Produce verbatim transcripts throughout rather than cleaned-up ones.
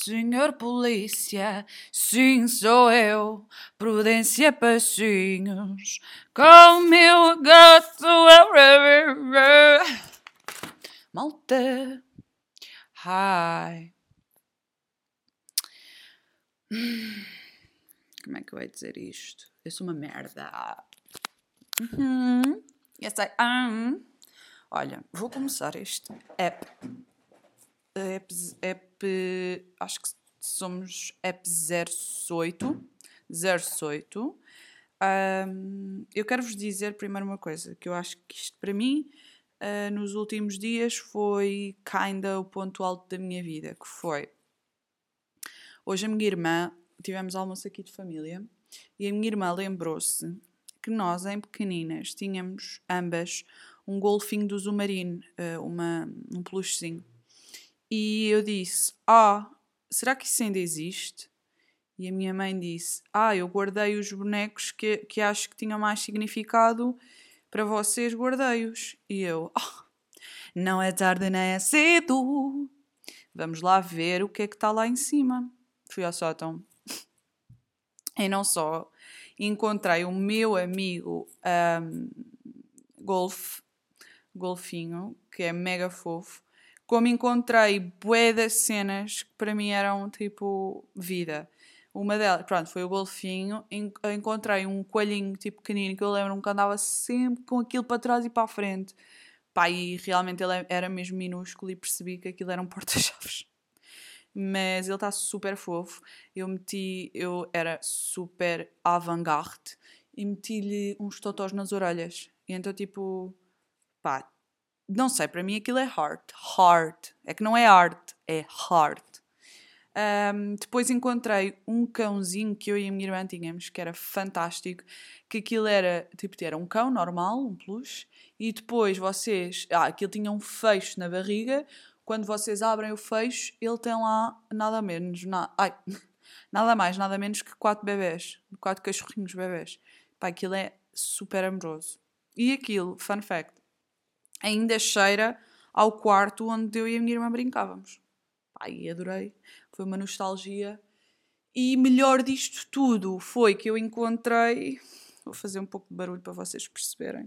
Senhor Polícia, sim, sou eu. Prudência, passinhos, com o meu gato. Malta. Hi. Como é que eu ia dizer isto? Eu sou uma merda. Uhum. Yes, I am. Olha, vou começar este app. App, app acho que somos app zero oito. zero oito. Um, eu quero vos dizer primeiro uma coisa, que eu acho que isto para mim, uh, nos últimos dias, foi kinda o ponto alto da minha vida, que foi... Hoje a minha irmã, tivemos almoço aqui de família, e a minha irmã lembrou-se que nós, em pequeninas, tínhamos ambas um golfinho do Zumarino, uma, um peluchezinho. E eu disse, ah, será que isso ainda existe? E a minha mãe disse, ah, eu guardei os bonecos que, que acho que tinham mais significado para vocês, guardei-os. E eu, oh, não é tarde nem é cedo, vamos lá ver o que é que está lá em cima. Fui ao sótão. E não só, encontrei o meu amigo um, Golf, Golfinho, que é mega fofo, como encontrei bué das cenas que para mim eram tipo vida. Uma delas, pronto, foi o Golfinho. Encontrei um coelhinho tipo pequenino que eu lembro-me que andava sempre com aquilo para trás e para a frente. Pá, e realmente ele era mesmo minúsculo e percebi que aquilo era um porta-chaves. Mas ele está super fofo. Eu meti, eu era super avant-garde e meti-lhe uns totós nas orelhas. E então, tipo, pá, não sei, para mim aquilo é heart. Heart. É que não é art, é heart. Um, depois encontrei um cãozinho que eu e a minha irmã tínhamos, que era fantástico, que aquilo era, tipo, era um cão normal, um peluche, e depois vocês, ah, aquilo tinha um fecho na barriga. Quando vocês abrem o fecho, ele tem lá nada menos, na, ai, nada mais, nada menos que quatro bebés, quatro cachorrinhos bebés. Pá, aquilo é super amoroso. E aquilo, fun fact, ainda cheira ao quarto onde eu e a minha irmã brincávamos. Pá, e adorei. Foi uma nostalgia. E melhor disto tudo foi que eu encontrei... Vou fazer um pouco de barulho para vocês perceberem.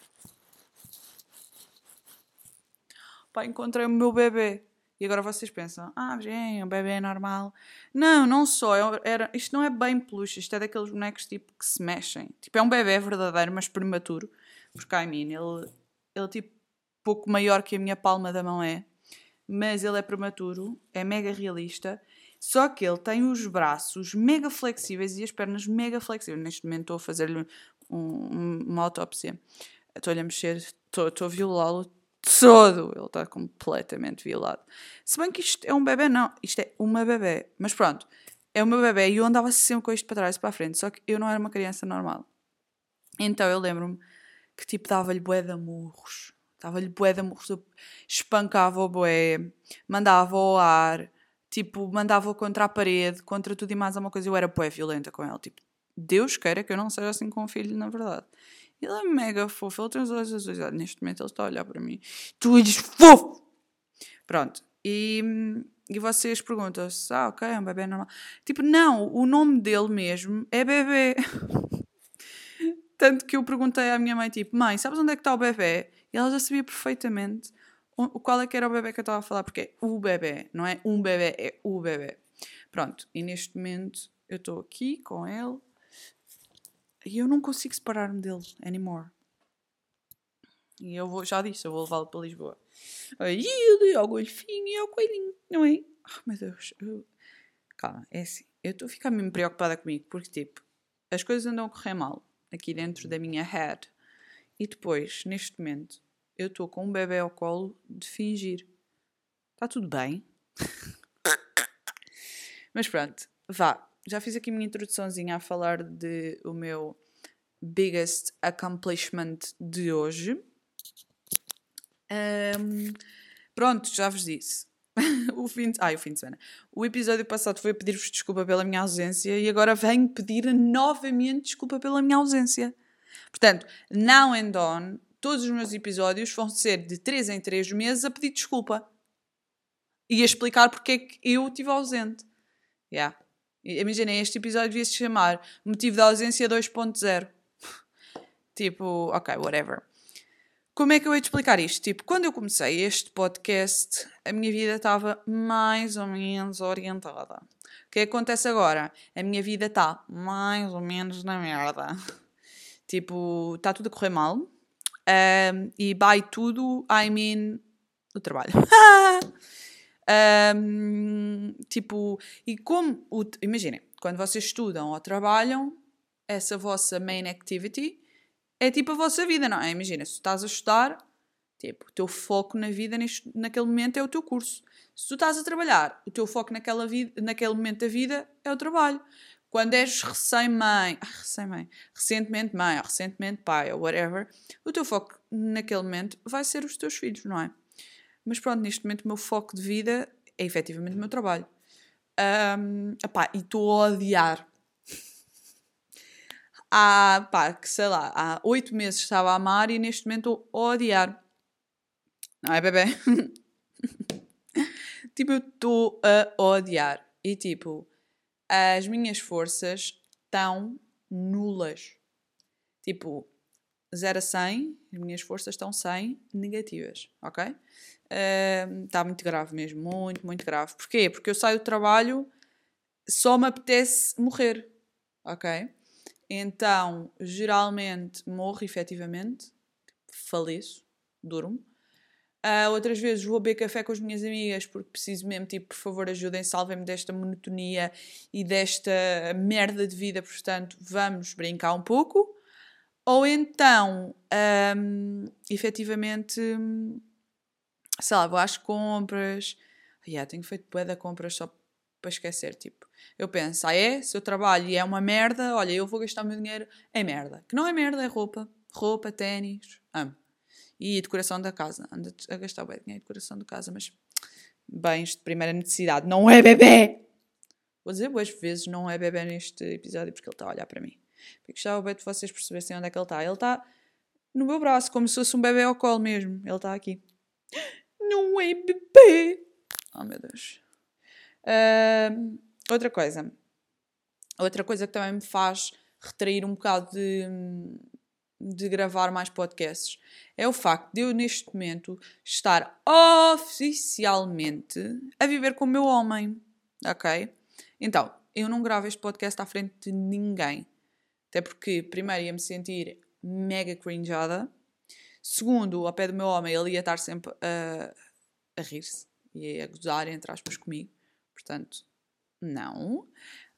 Pá, encontrei o meu bebê. E agora vocês pensam, ah, gente, um bebê é normal. Não, não só. Era, isto não é bem peluche. Isto é daqueles bonecos tipo que se mexem. Tipo, é um bebê verdadeiro, mas prematuro. Porque, I mean, ele, ele é tipo pouco maior que a minha palma da mão é. Mas ele é prematuro, é mega realista. Só que ele tem os braços mega flexíveis e as pernas mega flexíveis. Neste momento estou a fazer-lhe um, uma autópsia. Estou-lhe a mexer, estou, estou a violá-lo todo. Ele está completamente violado. Se bem que isto é um bebê, não. Isto é uma bebê. Mas pronto, é o meu bebê e eu andava sempre com isto para trás e para a frente. Só que eu não era uma criança normal. Então eu lembro-me que tipo dava-lhe bué de murros. Dava-lhe bué de murros. Espancava o bué. Mandava ao ar. Tipo, mandava-o contra a parede. Contra tudo e mais alguma coisa. Eu era bué violenta com ele. Tipo, Deus queira que eu não seja assim com o filho, na verdade. Ele é mega fofo. Ele tem os olhos azuis. Neste momento ele está a olhar para mim. Tu eres fofo! Pronto. E, e vocês perguntam-se, ah, ok, é um bebê normal. Tipo, não. O nome dele mesmo é bebê. Tanto que eu perguntei à minha mãe, tipo, mãe, sabes onde é que está o bebê? E ela já sabia perfeitamente o qual é que era o bebê que eu estava a falar, porque é o bebê, não é um bebê, é o bebê. Pronto, e neste momento eu estou aqui com ele e eu não consigo separar-me dele anymore. E eu vou, já disse, eu vou levá-lo para Lisboa. A ele, ao golfinho e ao coelhinho, não é? Oh, meu Deus. Eu... Calma, é assim. Eu estou a ficar mesmo preocupada comigo, porque, tipo, as coisas andam a correr mal aqui dentro da minha head. E depois, neste momento, eu estou com um bebê ao colo de fingir. Está tudo bem? Mas pronto, vá. Já fiz aqui a minha introduçãozinha a falar de o meu biggest accomplishment de hoje. Um, pronto, já vos disse. o fim de... Ai, o fim de semana. O episódio passado foi a pedir-vos desculpa pela minha ausência e agora venho pedir novamente desculpa pela minha ausência. Portanto, now and on, todos os meus episódios vão ser de três em três meses a pedir desculpa. ia explicar porque é que eu estive ausente. Yeah. Imaginem, este episódio devia se chamar Motivo da Ausência dois ponto zero. Tipo, ok, whatever. Como é que eu hei de explicar isto? Tipo, quando eu comecei este podcast, a minha vida estava mais ou menos orientada. O que acontece agora? A minha vida está mais ou menos na merda. Tipo, está tudo a correr mal. Um, e by tudo, I mean, o trabalho. um, tipo, e como, o, imaginem, quando vocês estudam ou trabalham, essa vossa main activity é tipo a vossa vida, não é? Imagina, se tu estás a estudar, tipo, o teu foco na vida neste, naquele momento é o teu curso. Se tu estás a trabalhar, o teu foco naquela vida, naquele momento da vida é o trabalho. Quando és recém-mãe, ah, recém-mãe, recentemente mãe, ou recentemente pai, ou whatever, o teu foco naquele momento vai ser os teus filhos, não é? Mas pronto, neste momento o meu foco de vida é efetivamente o meu trabalho. Um, epá, e estou a odiar. Há, pá, que sei lá, há oito meses estava a amar e neste momento estou a odiar. Não é, bebê? Tipo, eu estou a odiar. E tipo, as minhas forças estão nulas. Tipo, zero a cem, as minhas forças estão cem negativas, ok? Está uh, muito grave mesmo, muito, muito grave. Porquê? Porque eu saio do trabalho, só me apetece morrer, ok? Então, geralmente morro efetivamente, faleço, durmo. Uh, outras vezes vou beber café com as minhas amigas porque preciso mesmo, tipo, por favor, ajudem, salvem-me desta monotonia e desta merda de vida, portanto, vamos brincar um pouco. Ou então, um, efetivamente, sei lá, vou às compras. Ah, yeah, tenho feito bué de compras só para esquecer, tipo. Eu penso, ah é? Se eu trabalho e é uma merda, olha, eu vou gastar o meu dinheiro em merda. Que não é merda, é roupa. Roupa, ténis, amo. E decoração da casa. Ando a gastar bué de dinheiro em decoração da casa, mas bens de primeira necessidade. Não é bebê! Vou dizer boas vezes não é bebê neste episódio porque ele está a olhar para mim. Porque gostava bem de vocês percebessem onde é que ele está. Ele está no meu braço, como se fosse um bebê ao colo mesmo. Ele está aqui. Não é bebê! Oh, meu Deus. Uh, outra coisa. Outra coisa que também me faz retrair um bocado de, de gravar mais podcasts é o facto de eu, neste momento, estar oficialmente a viver com o meu homem. Ok? Então, eu não gravo este podcast à frente de ninguém. Até porque, primeiro, ia-me sentir mega cringeada. Segundo, ao pé do meu homem, ele ia estar sempre a, a rir-se e a gozar, entre aspas, comigo. Portanto, não.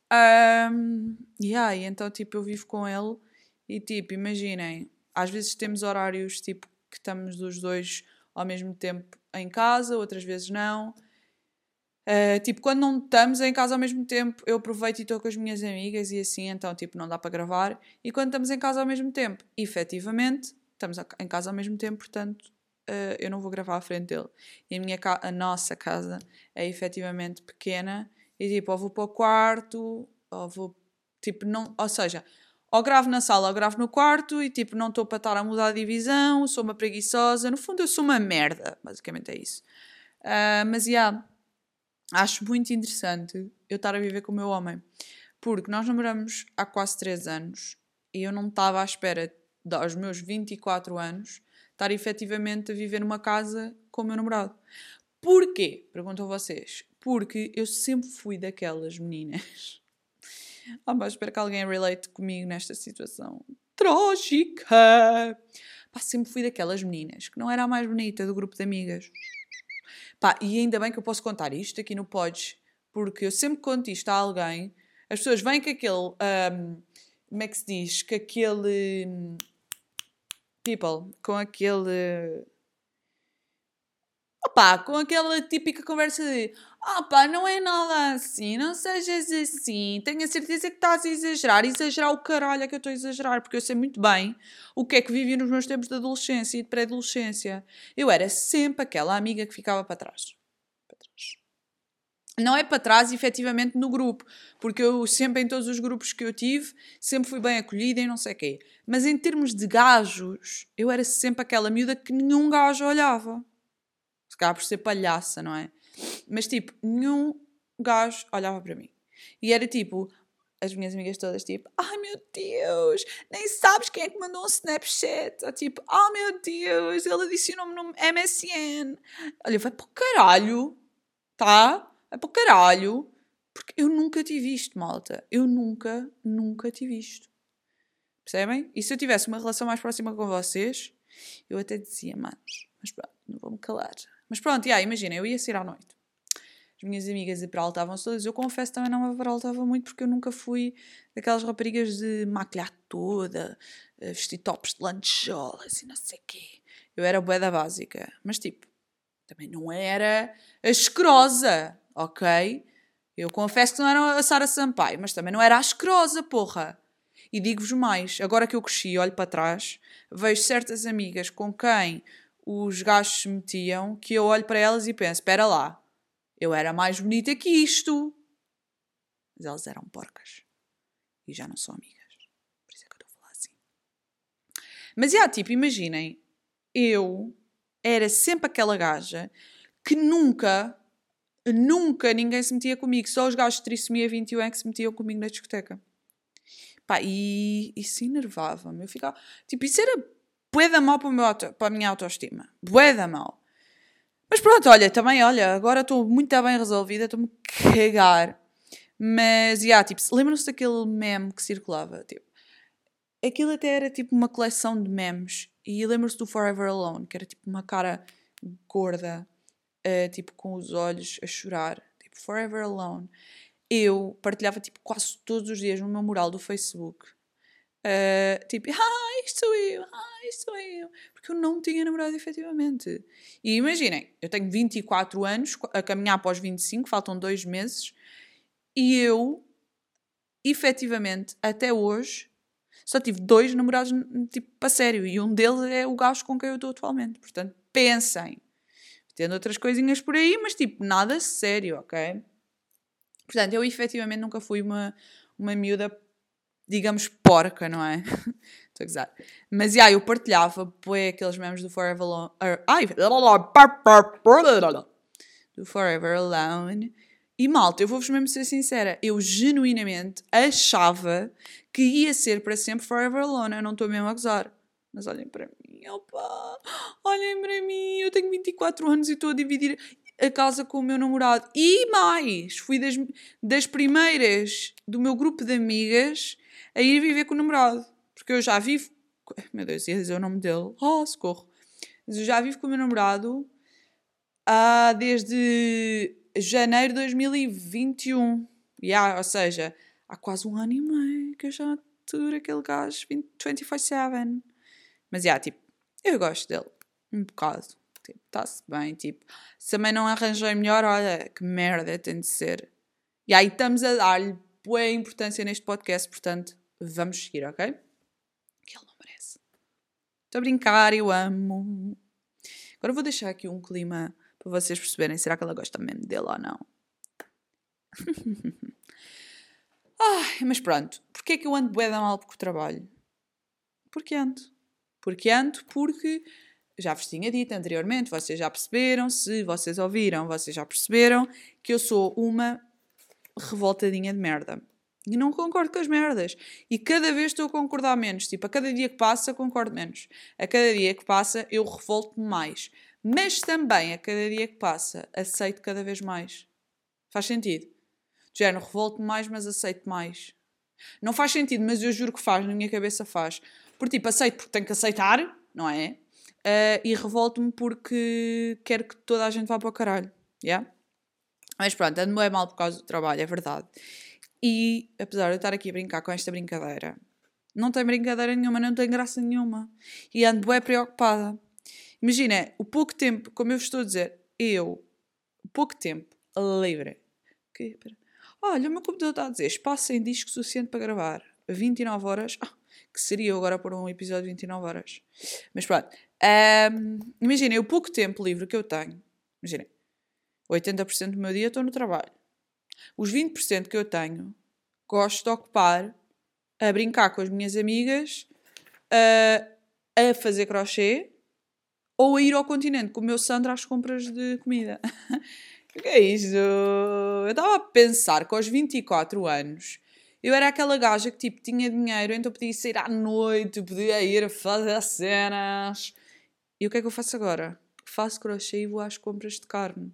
Um, yeah, e então, tipo, eu vivo com ele e, tipo, imaginem, às vezes temos horários, tipo, que estamos os dois ao mesmo tempo em casa, outras vezes não. Uh, tipo, quando não estamos em casa ao mesmo tempo, eu aproveito e estou com as minhas amigas e assim, então, tipo, não dá para gravar. E quando estamos em casa ao mesmo tempo, efetivamente, estamos em casa ao mesmo tempo, portanto, uh, eu não vou gravar à frente dele. E a, minha ca- a nossa casa é efetivamente pequena e, tipo, ou vou para o quarto, ou vou, tipo, não... Ou seja, ou gravo na sala ou gravo no quarto e, tipo, não estou para estar a mudar de divisão, sou uma preguiçosa. No fundo, eu sou uma merda, basicamente é isso. Uh, mas, já... Yeah, acho muito interessante eu estar a viver com o meu homem. Porque nós namoramos há quase três anos e eu não estava à espera, de, aos meus vinte e quatro anos, estar efetivamente a viver numa casa com o meu namorado. Porquê? Perguntam vocês. Porque eu sempre fui daquelas meninas. Ah, mas espero que alguém relate comigo nesta situação trágica. Pá, sempre fui daquelas meninas que não era a mais bonita do grupo de amigas. Pá, e ainda bem que eu posso contar isto aqui no Pods, porque eu sempre conto isto a alguém, as pessoas vêm com aquele, um, como é que se diz, com aquele, um, people, com aquele, opá, com aquela típica conversa de, opá, não é nada assim, não sejas assim, tenho a certeza que estás a exagerar, exagerar o caralho é que eu estou a exagerar, porque eu sei muito bem o que é que vivi nos meus tempos de adolescência e de pré-adolescência. Eu era sempre aquela amiga que ficava para trás. Para trás. Não é para trás, efetivamente, no grupo, porque eu sempre, em todos os grupos que eu tive, sempre fui bem acolhida e não sei o quê. Mas em termos de gajos, eu era sempre aquela miúda que nenhum gajo olhava. Se calhar por ser palhaça, não é? Mas tipo, nenhum gajo olhava para mim. E era tipo, as minhas amigas todas tipo, ai meu Deus, nem sabes quem é que mandou um Snapchat. Ou tipo, oh meu Deus, ele adicionou-me no M S N. Olha, vai para o caralho, tá? Vai para o caralho. Porque eu nunca tive isto, malta. Eu nunca, nunca tive isto. Percebem? E se eu tivesse uma relação mais próxima com vocês, eu até dizia, manos, mas pronto, não vou-me calar. Mas pronto, yeah, imagina, eu ia sair à noite. As minhas amigas aperaltavam-se todas. Eu confesso também não me aperaltava muito porque eu nunca fui daquelas raparigas de maquilhar toda, vestir tops de lancholas e não sei o quê. Eu era bué da básica. Mas tipo, também não era a escrosa, ok? Eu confesso que não era a Sara Sampaio, mas também não era a escrosa, porra. E digo-vos mais, agora que eu cresci, olho para trás, vejo certas amigas com quem os gajos se metiam, que eu olho para elas e penso, espera lá, eu era mais bonita que isto. Mas elas eram porcas. E já não são amigas. Por isso é que eu estou a falar assim. Mas, já, tipo, imaginem, eu era sempre aquela gaja que nunca, nunca ninguém se metia comigo. Só os gajos de trissomia vinte e um é que se metiam comigo na discoteca. Pá, e isso enervava-me. Eu ficava... Tipo, isso era bué da mal para, o meu auto, para a minha autoestima. Bué da mal. Mas pronto, olha, também, olha, agora estou muito bem resolvida, estou-me a cagar. Mas, yeah, tipo, lembram-se daquele meme que circulava? Tipo, aquilo até era tipo uma coleção de memes. E lembram-se do Forever Alone, que era tipo uma cara gorda, uh, tipo com os olhos a chorar. Tipo, Forever Alone. Eu partilhava tipo quase todos os dias no meu mural do Facebook. Uh, tipo, ah, isto sou eu, ah, isto sou eu. Porque eu não tinha namorado efetivamente. E imaginem, eu tenho vinte e quatro anos, a caminhar para os vinte e cinco, faltam dois meses, e eu, efetivamente, até hoje, só tive dois namorados, tipo, para sério, e um deles é o gajo com quem eu estou atualmente. Portanto, pensem. Tendo outras coisinhas por aí, mas tipo, nada sério, ok? Portanto, eu efetivamente nunca fui uma, uma miúda, digamos, porca, não é? Estou a gozar. Mas, já, yeah, eu partilhava, pô, aqueles memes do Forever Alone... Ai! Do Forever Alone. E, malta, eu vou-vos mesmo ser sincera, eu genuinamente achava que ia ser para sempre Forever Alone. Eu não estou mesmo a gozar. Mas olhem para mim, opa! Olhem para mim, eu tenho vinte e quatro anos e estou a dividir a casa com o meu namorado. E mais, fui das, das primeiras do meu grupo de amigas a ir viver com o namorado. Porque eu já vivo... Meu Deus, ia dizer o nome dele. Oh, socorro. Mas eu já vivo com o meu namorado há desde janeiro de dois mil e vinte e um. Yeah, ou seja, há quase um ano e meio que eu já aturo aquele gajo vinte e quatro sete. Mas, yeah, tipo, eu gosto dele. Um bocado. Tipo, está-se bem, tipo, se também não arranjei melhor, olha, que merda tem de ser. E aí estamos a dar-lhe boa importância neste podcast, portanto, vamos seguir, ok? Que ele não merece. Estou a brincar, eu amo. Agora vou deixar aqui um clima para vocês perceberem, será que ela gosta mesmo dele ou não? Ai, mas pronto, porquê é que eu ando bué da mal com o trabalho? Porque ando. Porque ando, porque... Já vos tinha dito anteriormente, vocês já perceberam, se vocês ouviram, vocês já perceberam que eu sou uma revoltadinha de merda. E não concordo com as merdas. E cada vez estou a concordar menos. Tipo, a cada dia que passa, concordo menos. A cada dia que passa, eu revolto-me mais. Mas também, a cada dia que passa, aceito cada vez mais. Faz sentido? Já não revolto-me mais, mas aceito mais. Não faz sentido, mas eu juro que faz, na minha cabeça faz. Por tipo, aceito porque tenho que aceitar, não é? Uh, e revolto-me porque quero que toda a gente vá para o caralho. Yeah? Mas pronto, ando é mal por causa do trabalho, é verdade. E apesar de eu estar aqui a brincar com esta brincadeira, não tem brincadeira nenhuma, não tem graça nenhuma. E ando é preocupada. Imagina, o pouco tempo, como eu vos estou a dizer, eu, o pouco tempo livre. Que, olha, o meu computador está a dizer espaço sem disco suficiente para gravar. vinte e nove horas. Ah, que seria eu agora por um episódio de vinte e nove horas. Mas pronto. Um, imaginem, o pouco tempo livre que eu tenho. Imaginem, oitenta por cento do meu dia estou no trabalho. Os vinte por cento que eu tenho, gosto de ocupar a brincar com as minhas amigas, a, a fazer crochê ou a ir ao continente com o meu Sandro às compras de comida. O que é isto? Eu estava a pensar que aos vinte e quatro anos eu era aquela gaja que tipo tinha dinheiro, então podia sair à noite, podia ir a fazer cenas. E o que é que eu faço agora? Faço crochê e vou às compras de carne.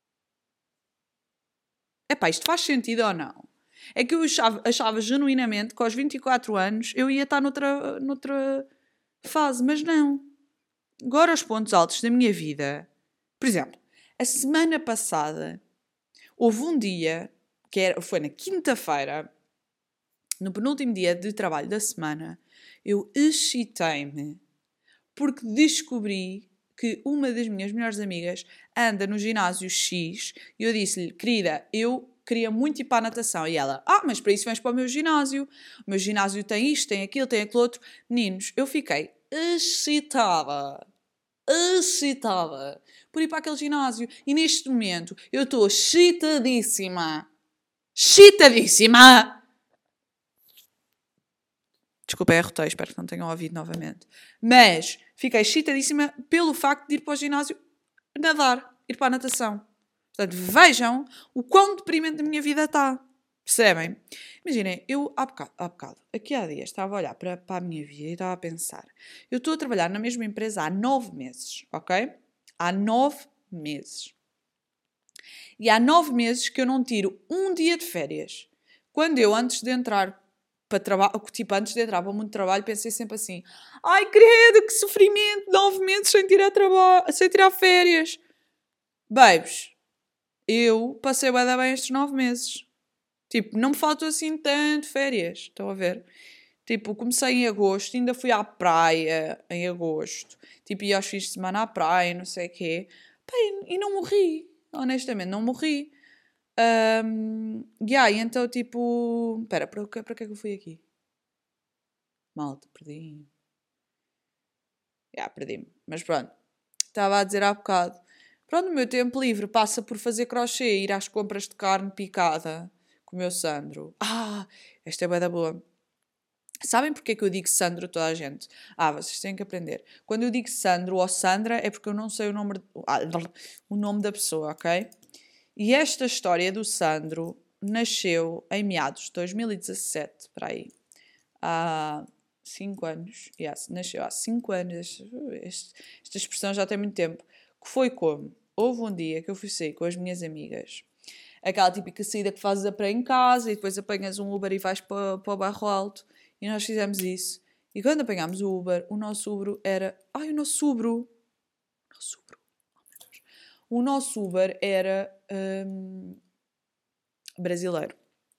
Epá, isto faz sentido ou não? É que eu achava, achava genuinamente que aos vinte e quatro anos eu ia estar noutra, noutra fase, mas não. Agora os pontos altos da minha vida. Por exemplo, a semana passada houve um dia, que era, foi na quinta-feira, no penúltimo dia de trabalho da semana, eu excitei-me porque descobri que uma das minhas melhores amigas anda no ginásio X e eu disse-lhe, querida, eu queria muito ir para a natação. E ela, ah, mas para isso vens para o meu ginásio. O meu ginásio tem isto, tem aquilo, tem aquilo outro. Meninos, eu fiquei excitada, excitada por ir para aquele ginásio. E neste momento eu estou excitadíssima. Excitadíssima! Desculpa, é arrotei, espero que não tenham ouvido novamente. Mas fiquei excitadíssima pelo facto de ir para o ginásio nadar, ir para a natação. Portanto, vejam o quão deprimente a minha vida está. Percebem? Imaginem, eu há bocado, há bocado, aqui há dias, estava a olhar para, para a minha vida e estava a pensar. Eu estou a trabalhar na mesma empresa há nove meses, ok? Há nove meses. E há nove meses que eu não tiro um dia de férias. Quando eu, antes de entrar para trabalho, tipo, antes de entrar para o mundo de trabalho, pensei sempre assim, ai, credo, que sofrimento, nove meses sem tirar, trabalho, sem tirar férias. Babes, eu passei bué da bem estes nove meses. Tipo, não me faltou assim tanto férias, estão a ver? Tipo, comecei em agosto, ainda fui à praia em agosto. Tipo, ia aos fins de semana à praia, não sei o quê. Pá, e, e não morri, honestamente, não morri. Um, yeah, e então, tipo... Espera, para, para que é que eu fui aqui? Malta, perdi. Yeah, perdi-me. Mas pronto, estava a dizer há bocado. Pronto, o meu tempo livre passa por fazer crochê, ir às compras de carne picada com o meu Sandro. Ah, esta é bué da boa. Sabem porque é que eu digo Sandro a toda a gente? Ah, vocês têm que aprender. Quando eu digo Sandro ou Sandra é porque eu não sei o nome, ah, o nome da pessoa, ok? E esta história do Sandro nasceu em meados de dois mil e dezassete, para aí. Há cinco anos. Yes, nasceu há cinco anos. Este, esta expressão já tem muito tempo. Que foi como? Houve um dia que eu fui sair com as minhas amigas. Aquela típica saída que fazes a pé em casa e depois apanhas um Uber e vais para, para o bairro alto. E nós fizemos isso. E quando apanhámos o Uber, o nosso Uber era... Ai, o nosso Uber... O nosso Uber... O nosso Uber era hum, brasileiro.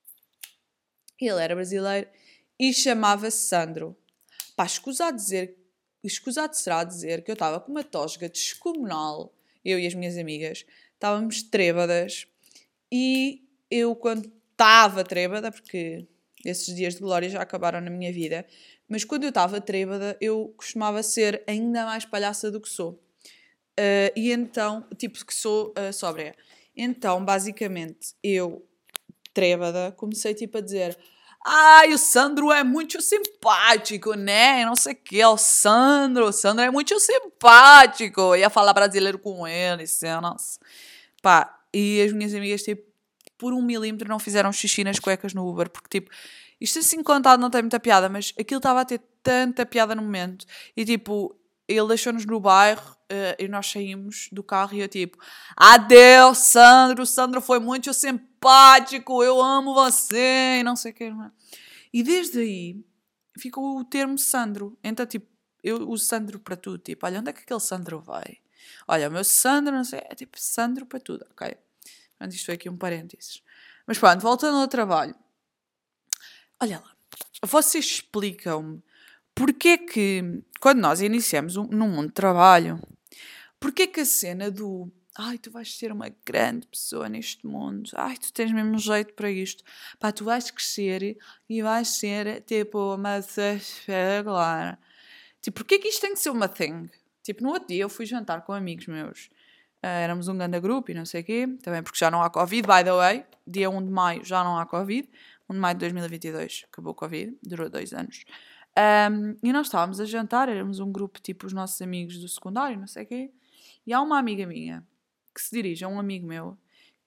Ele era brasileiro e chamava-se Sandro. Pá, escusado, dizer, escusado será dizer que eu estava com uma tosga descomunal, eu e as minhas amigas. Estávamos trêbadas e eu, quando estava trêbada, porque esses dias de glória já acabaram na minha vida, mas quando eu estava trêbada, eu costumava ser ainda mais palhaça do que sou. Uh, e então, tipo, que sou uh, sóbria. Então, basicamente, eu, trébada, comecei tipo a dizer: ai, o Sandro é muito simpático, né? Não sei o que, o Sandro, o Sandro é muito simpático. Eu ia falar brasileiro com ele, cenas. Pá, e as minhas amigas, tipo, por um milímetro não fizeram xixi nas cuecas no Uber, porque, tipo, isto assim contado não tem muita piada, mas aquilo estava a ter tanta piada no momento. E, tipo, ele deixou-nos no bairro uh, e nós saímos do carro e eu tipo, adeus Sandro, o Sandro foi muito simpático, eu amo você e não sei o que. E desde aí ficou o termo Sandro. Então tipo, eu uso Sandro para tudo, tipo, olha, onde é que aquele Sandro vai? Olha, o meu Sandro, não sei, é tipo Sandro para tudo, ok? Portanto, isto foi aqui um parênteses. Mas pronto, voltando ao trabalho. Olha lá, vocês explicam-me porque é que, quando nós iniciamos um, num mundo de trabalho, porque é que a cena do ai, tu vais ser uma grande pessoa neste mundo, ai, tu tens mesmo jeito para isto, pá, tu vais crescer e vais ser, tipo, uma espetacular. Tipo, porque é que isto tem que ser uma thing? Tipo, no outro dia eu fui jantar com amigos meus, uh, éramos um grande grupo e não sei o quê, também porque já não há Covid, by the way, dia um de maio já não há Covid, um de maio de dois mil e vinte e dois acabou o Covid, durou dois anos. Um, e nós estávamos a jantar, éramos um grupo tipo os nossos amigos do secundário, não sei o quê, e há uma amiga minha que se dirige a um amigo meu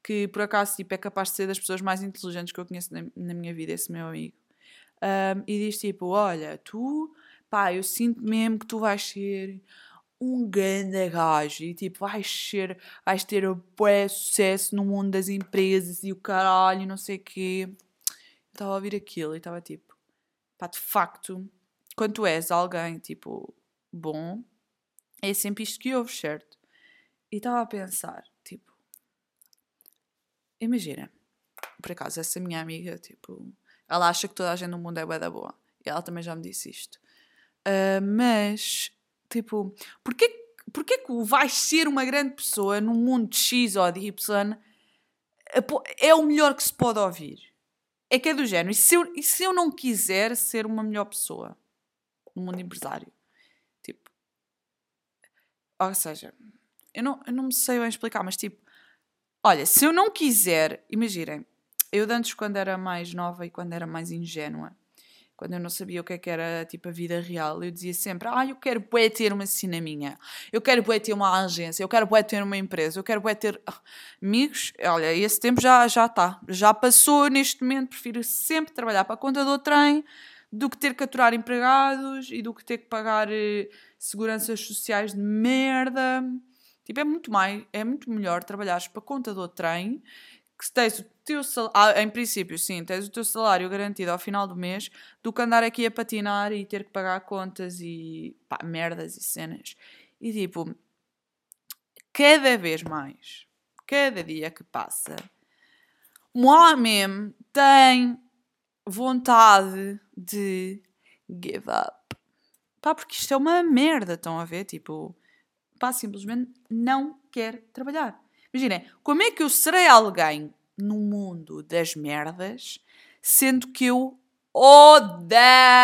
que por acaso tipo, é capaz de ser das pessoas mais inteligentes que eu conheço na, na minha vida, esse meu amigo. Um, e diz tipo, olha, tu, pá, eu sinto mesmo que tu vais ser um grande gajo e tipo, vais ser, vais ter um bué sucesso no mundo das empresas e o caralho, não sei o quê. Eu estava a ouvir aquilo e estava tipo, pá, de facto, quando tu és alguém, tipo, bom, é sempre isto que ouves, certo? E estava a pensar, tipo, imagina, por acaso, essa minha amiga, tipo, ela acha que toda a gente no mundo é bué da boa. E ela também já me disse isto. Uh, mas, tipo, porquê, porquê que vais ser uma grande pessoa num mundo de X ou de Y é o melhor que se pode ouvir? É que é do género. E se eu, e se eu não quiser ser uma melhor pessoa no mundo empresário? Tipo, ou seja, eu não, eu não me sei bem explicar, mas tipo, olha, se eu não quiser, imaginem, eu de antes quando era mais nova e quando era mais ingênua, quando eu não sabia o que é que era tipo a vida real, eu dizia sempre, ah, eu quero bué ter uma cena minha, eu quero bué ter uma agência, eu quero bué ter uma empresa, eu quero bué ter amigos. Olha, esse tempo já já está, já passou. Neste momento prefiro sempre trabalhar para a conta do trem do que ter que aturar empregados e do que ter que pagar eh, seguranças sociais de merda. Tipo, é muito mais, é muito melhor trabalhares para a conta do trem, que tens o teu salário, em princípio, sim, tens o teu salário garantido ao final do mês, do que andar aqui a patinar e ter que pagar contas e pá, merdas e cenas. E tipo, cada vez mais, cada dia que passa, o homem tem vontade de give up. Pá, porque isto é uma merda, estão a ver? Tipo, pá, simplesmente não quer trabalhar. Imaginem, como é que eu serei alguém no mundo das merdas, sendo que eu odeio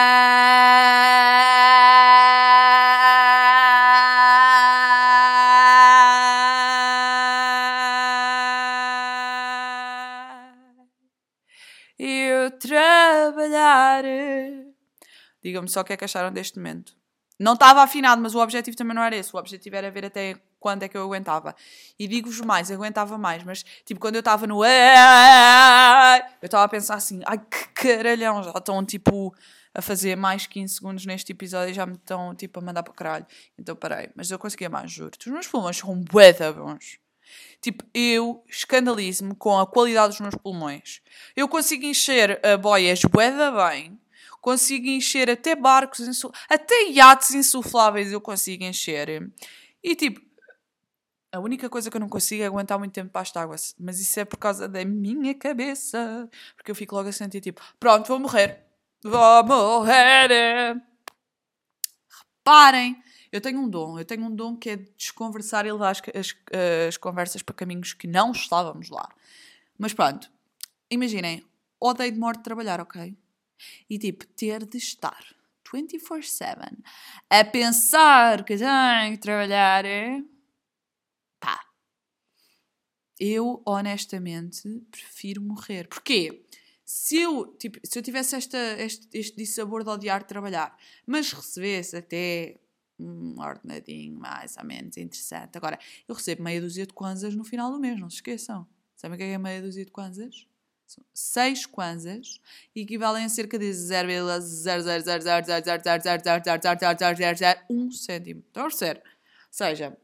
eu trabalhar? Digam-me só o que é que acharam deste momento. Não estava afinado, mas o objetivo também não era esse. O objetivo era ver até quando é que eu aguentava. E digo-vos mais, aguentava mais. Mas, tipo, quando eu estava no... Eu estava a pensar assim, ai, que caralhão, já estão, tipo, a fazer mais quinze segundos neste episódio e já me estão, tipo, a mandar para o caralho. Então, parei. Mas eu conseguia mais, juro. Os meus pulmões são bué da bons. Tipo, eu escandalizo-me com a qualidade dos meus pulmões. Eu consigo encher a boias bué da bem. Consigo encher até barcos, insu... até iates insufláveis eu consigo encher. E tipo, a única coisa que eu não consigo é aguentar muito tempo para esta água. Mas isso é por causa da minha cabeça. Porque eu fico logo a sentir tipo, pronto, vou morrer. Vou morrer. Reparem, eu tenho um dom. Eu tenho um dom que é desconversar e levar as, as, as conversas para caminhos que não estávamos lá. Mas pronto, imaginem, odeio de morte de trabalhar, ok? E tipo, ter de estar vinte e quatro sete a pensar que tenho que trabalhar. Pá. Eu, honestamente, prefiro morrer. Porquê? Se eu, tipo, se eu tivesse esta, este, este dissabor de odiar trabalhar, mas recebesse até um ordenadinho mais ou menos interessante. Agora, eu recebo meia dúzia de kwanzas no final do mês, não se esqueçam. Sabem o que é meia dúzia de kwanzas? seis kwanzas equivalem a cerca de zero vírgula zero zero zero zero zero zero zero zero zero zero zero zero zero zero um cêntimo. Estão a perceber? Ou seja,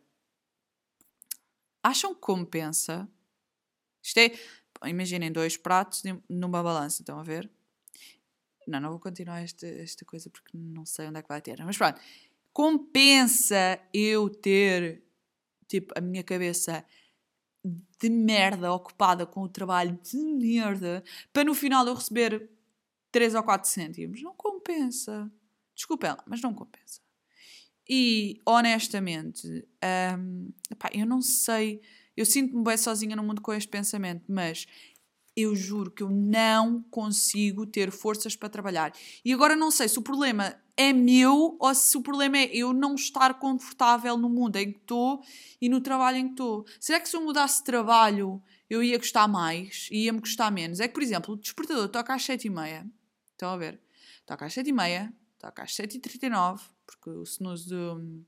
acham que compensa? Isto é, imaginem dois pratos numa balança, estão a ver? Não, não vou continuar esta, esta coisa porque não sei onde é que vai ter. Mas pronto, compensa eu ter, tipo, a minha cabeça de merda ocupada com o trabalho de merda para no final eu receber três ou quatro cêntimos? Não compensa. Desculpem lá, mas não compensa. E, honestamente, hum, pá, eu não sei, eu sinto-me bem sozinha no mundo com este pensamento, mas eu juro que eu não consigo ter forças para trabalhar. E agora não sei se o problema é meu ou se o problema é eu não estar confortável no mundo em que estou e no trabalho em que estou. Será que se eu mudasse de trabalho eu ia gostar mais e ia-me gostar menos? É que, por exemplo, o despertador toca às sete e meia. Estão a ver? Toca às sete e meia, toca às sete e trinta e nove, porque o snooze do,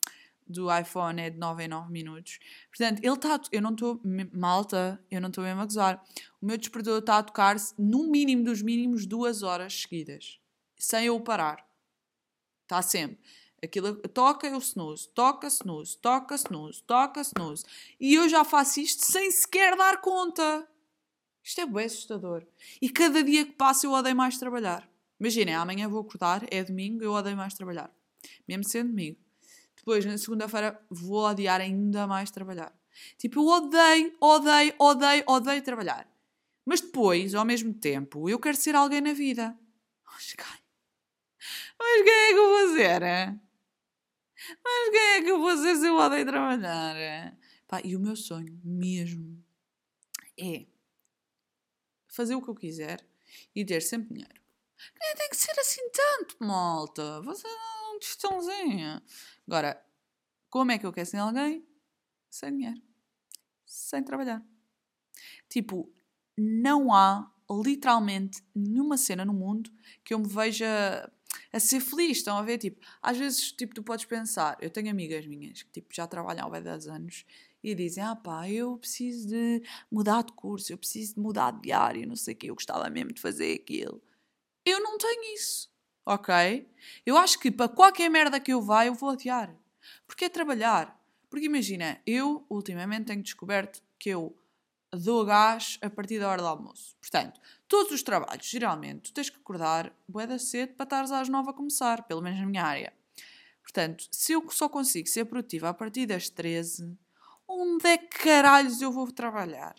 do iPhone é de nove em nove minutos. Portanto, ele está... Eu não estou... Malta, eu não estou mesmo a gozar. O meu despertador está a tocar-se, no mínimo dos mínimos, duas horas seguidas. Sem eu parar. Está sempre. Aquilo toca, eu snooze. Toca, snooze. Toca, snooze. Toca, snooze. E eu já faço isto sem sequer dar conta. Isto é bem assustador. E cada dia que passa eu odeio mais trabalhar. Imaginem, amanhã vou acordar, é domingo, eu odeio mais trabalhar. Mesmo sendo domingo. Depois, na segunda-feira, vou odiar ainda mais trabalhar. Tipo, eu odeio, odeio, odeio, odeio trabalhar. Mas depois, ao mesmo tempo, eu quero ser alguém na vida. Mas quem é que eu vou ser? Mas quem é que eu vou ser se eu odeio trabalhar? Pá, e o meu sonho, mesmo, é fazer o que eu quiser e ter sempre dinheiro. Nem tem que ser assim tanto, malta. Você é um tostãozinho. Agora, como é que eu quero ser alguém? Sem dinheiro. Sem trabalhar. Tipo, não há literalmente nenhuma cena no mundo que eu me veja a ser feliz. Estão a ver? Tipo, às vezes tipo, tu podes pensar, eu tenho amigas minhas que tipo, já trabalham há dez anos e dizem, ah pá, eu preciso de mudar de curso, eu preciso de mudar de área, não sei o quê, eu gostava mesmo de fazer aquilo. Eu não tenho isso, ok? Eu acho que para qualquer merda que eu vá, eu vou adiar. Porque é trabalhar. Porque imagina, eu ultimamente tenho descoberto que eu dou gás a partir da hora do almoço. Portanto, todos os trabalhos, geralmente, tu tens que acordar bué da cedo para estares às nove a começar, pelo menos na minha área. Portanto, se eu só consigo ser produtiva a partir das treze, onde é que caralhos eu vou trabalhar?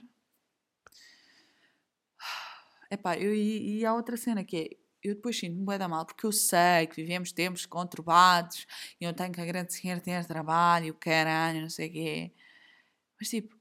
Epá, eu, e, e há outra cena que é, eu depois sinto-me bué da mal, porque eu sei que vivemos tempos conturbados e eu tenho que agradecer ter trabalho, caralho, não sei o quê. Mas tipo,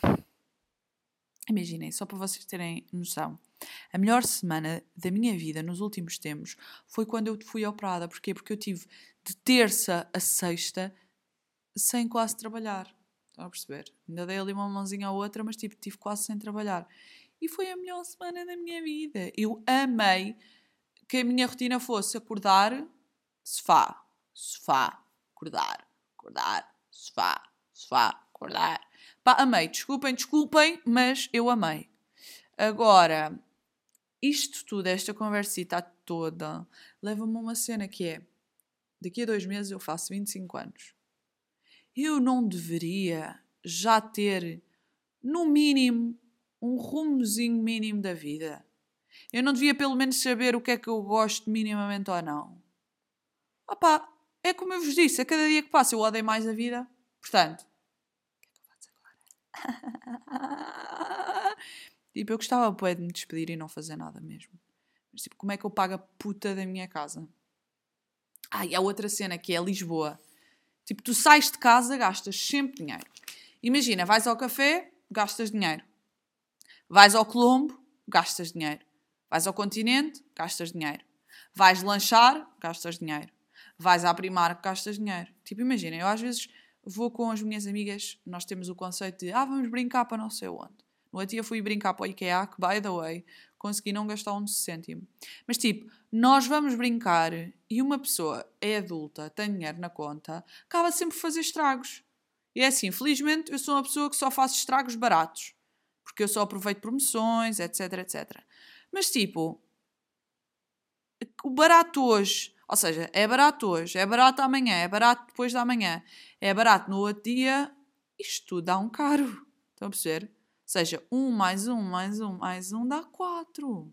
imaginem, só para vocês terem noção, a melhor semana da minha vida nos últimos tempos foi quando eu fui operada. Porquê? Porque eu tive de terça a sexta sem quase trabalhar. Estão a perceber? Ainda dei ali uma mãozinha à outra, mas tipo, tive quase sem trabalhar. E foi a melhor semana da minha vida. Eu amei que a minha rotina fosse acordar, sofá, sofá, acordar, acordar, sofá, sofá, acordar. Pá, amei. Desculpem, desculpem, mas eu amei. Agora, isto tudo, esta conversita toda, leva-me a uma cena que é, daqui a dois meses eu faço vinte e cinco anos. Eu não deveria já ter, no mínimo, um rumozinho mínimo da vida. Eu não devia pelo menos saber o que é que eu gosto minimamente ou não. Opá, é como eu vos disse, a cada dia que passa eu odeio mais a vida. Portanto, o que é que eu faço agora? Tipo, eu gostava bué de me despedir e não fazer nada mesmo. Mas tipo, como é que eu pago a puta da minha casa? Ah, e há outra cena que é Lisboa. Tipo, tu sais de casa, gastas sempre dinheiro. Imagina, vais ao café, gastas dinheiro. Vais ao Colombo, gastas dinheiro. Vais ao Continente, gastas dinheiro. Vais lanchar, gastas dinheiro. Vais à Primark, gastas dinheiro. Tipo, imagina, eu às vezes vou com as minhas amigas, nós temos o conceito de, ah, vamos brincar para não sei onde. No outro dia fui brincar para o IKEA, que, by the way, consegui não gastar um cêntimo. Mas tipo, nós vamos brincar e uma pessoa é adulta, tem dinheiro na conta, acaba sempre por fazer estragos. E é assim, felizmente eu sou uma pessoa que só faz estragos baratos. Porque eu só aproveito promoções, etc, etcétera. Mas tipo, o barato hoje, ou seja, é barato hoje, é barato amanhã, é barato depois da manhã, é barato no outro dia, isto tudo dá um caro. Estão a perceber? Ou seja, um mais um mais um mais um dá quatro.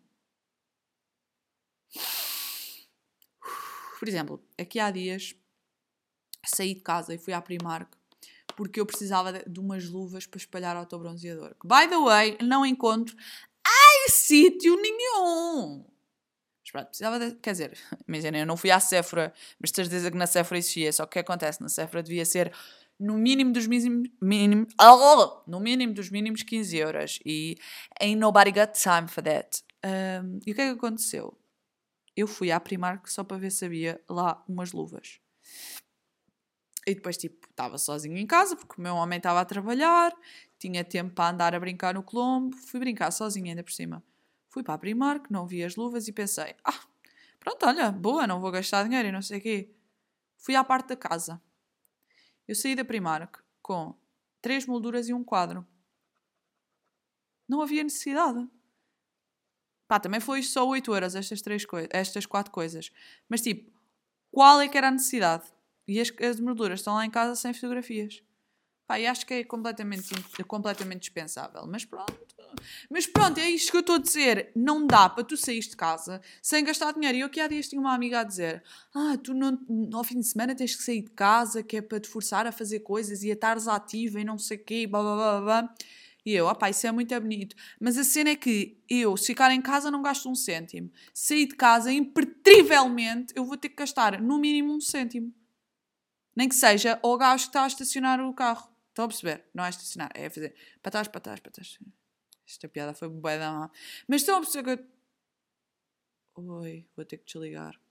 Por exemplo, aqui há dias saí de casa e fui à Primark porque eu precisava de, de umas luvas para espalhar autobronzeador. Que, by the way, não encontro em sítio nenhum. Mas pronto, precisava de... Quer dizer, imagina, eu não fui à Sephora, mas tenho certeza que na Sephora existia. Só que o que acontece? Na Sephora devia ser no mínimo dos mínimos... Minim, oh, no mínimo dos mínimos quinze euros. E ain't nobody got time for that. Um, e o que é que aconteceu? Eu fui à Primark só para ver se havia lá umas luvas. E depois, tipo, estava sozinho em casa, porque o meu homem estava a trabalhar, tinha tempo para andar a brincar no Colombo, fui brincar sozinha ainda por cima. Fui para a Primark, não vi as luvas e pensei, ah, pronto, olha, boa, não vou gastar dinheiro e não sei o quê. Fui à parte da casa. Eu saí da Primark com três molduras e um quadro. Não havia necessidade. Pá, também foi só oito euros estas, três coi- estas quatro coisas. Mas tipo, qual é que era a necessidade? E as, as molduras estão lá em casa sem fotografias. Pá, e acho que é completamente, completamente dispensável. Mas pronto. Mas pronto, é isto que eu estou a dizer. Não dá para tu sair de casa sem gastar dinheiro. E eu que há dias tinha uma amiga a dizer: Ah, tu não, ao fim de semana tens que sair de casa, que é para te forçar a fazer coisas e a estares ativa e não sei o quê, blá blá blá blá. E eu, opá, isso é muito bonito. Mas a cena é que eu, se ficar em casa, não gasto um cêntimo. Sair de casa, impertrivelmente, eu vou ter que gastar no mínimo um cêntimo. Nem que seja o gajo que está a estacionar o carro. Estão a perceber? Não é estacionar, é fazer para trás, para trás, para trás. Esta piada foi bué da má. Mas estão a perceber que eu... Oi, vou ter que desligar.